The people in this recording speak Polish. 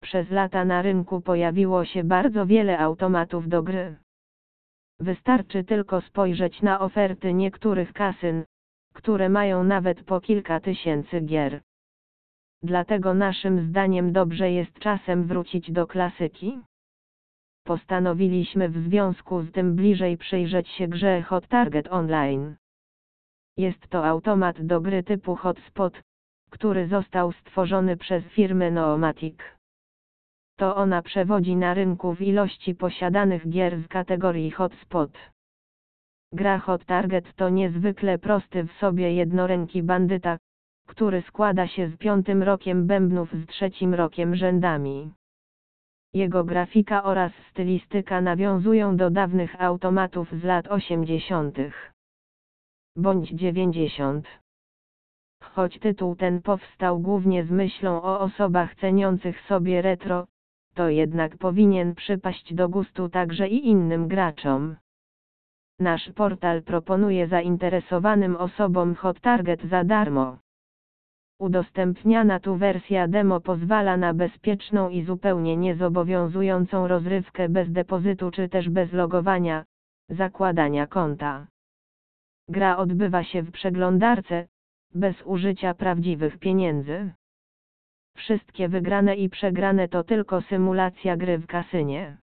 przez lata na rynku pojawiło się bardzo wiele automatów do gry. Wystarczy tylko spojrzeć na oferty niektórych kasyn, które mają nawet po kilka tysięcy gier. Dlatego naszym zdaniem dobrze jest czasem wrócić do klasyki. Postanowiliśmy w związku z tym bliżej przyjrzeć się grze Hot Target Online. Jest to automat do gry typu Hotspot, który został stworzony przez firmę Noomatic. To ona przewodzi na rynku w ilości posiadanych gier z kategorii Hotspot. Gra Hot Target to niezwykle prosty w sobie jednoręki bandyta, który składa się z 5 rokiem bębnów z 3 rokiem rzędami. Jego grafika oraz stylistyka nawiązują do dawnych automatów z lat 80. bądź 90. Choć tytuł ten powstał głównie z myślą o osobach ceniących sobie retro, to jednak powinien przypaść do gustu także i innym graczom. Nasz portal proponuje zainteresowanym osobom Hot Target za darmo. Udostępniana tu wersja demo pozwala na bezpieczną i zupełnie niezobowiązującą rozrywkę bez depozytu czy też bez logowania, zakładania konta. Gra odbywa się w przeglądarce, bez użycia prawdziwych pieniędzy. Wszystkie wygrane i przegrane to tylko symulacja gry w kasynie.